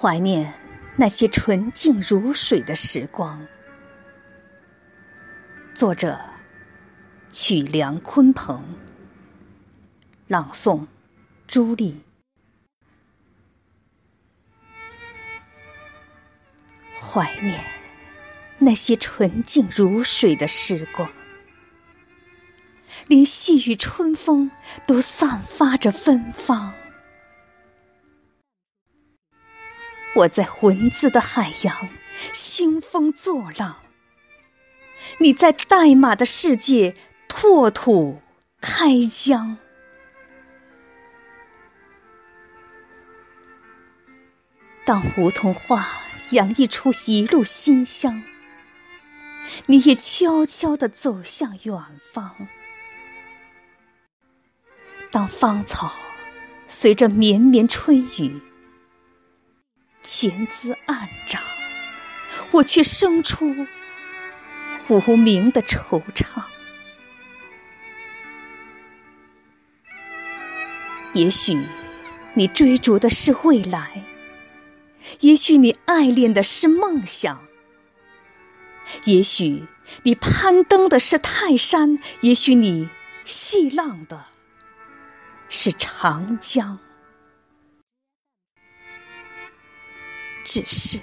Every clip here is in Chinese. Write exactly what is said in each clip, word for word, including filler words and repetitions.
怀念那些纯净如水的时光。作者：曲梁鲲鹏，朗诵：朱莉。怀念那些纯净如水的时光，连细雨春风都散发着芬芳。我在文字的海洋兴风作浪，你在代码的世界拓土开疆。当梧桐花洋溢出一路馨香，你也悄悄地走向远方。当芳草随着绵绵春雨潜滋暗长，我却生出无名的惆怅。也许你追逐的是未来，也许你爱恋的是梦想，也许你攀登的是泰山，也许你细浪的是长江。只是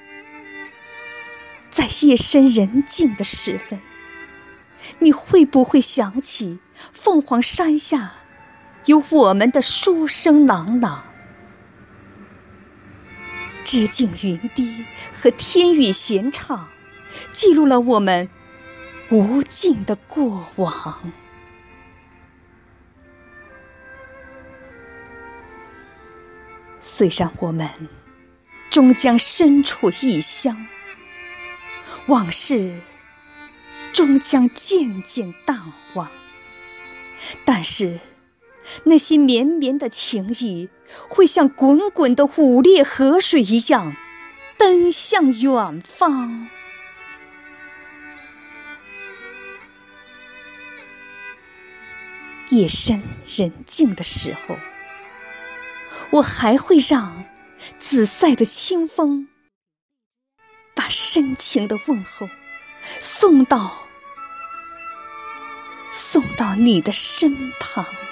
在夜深人静的时分，你会不会想起凤凰山下有我们的书声朗朗？织锦云低和天韵弦唱，记录了我们无尽的过往。虽然我们终将身处异乡，往事终将渐渐淡忘，但是那些绵绵的情谊会像滚滚的五列河水一样奔向远方。夜深人静的时候，我还会让紫塞的清风把深情的问候送到送到你的身旁。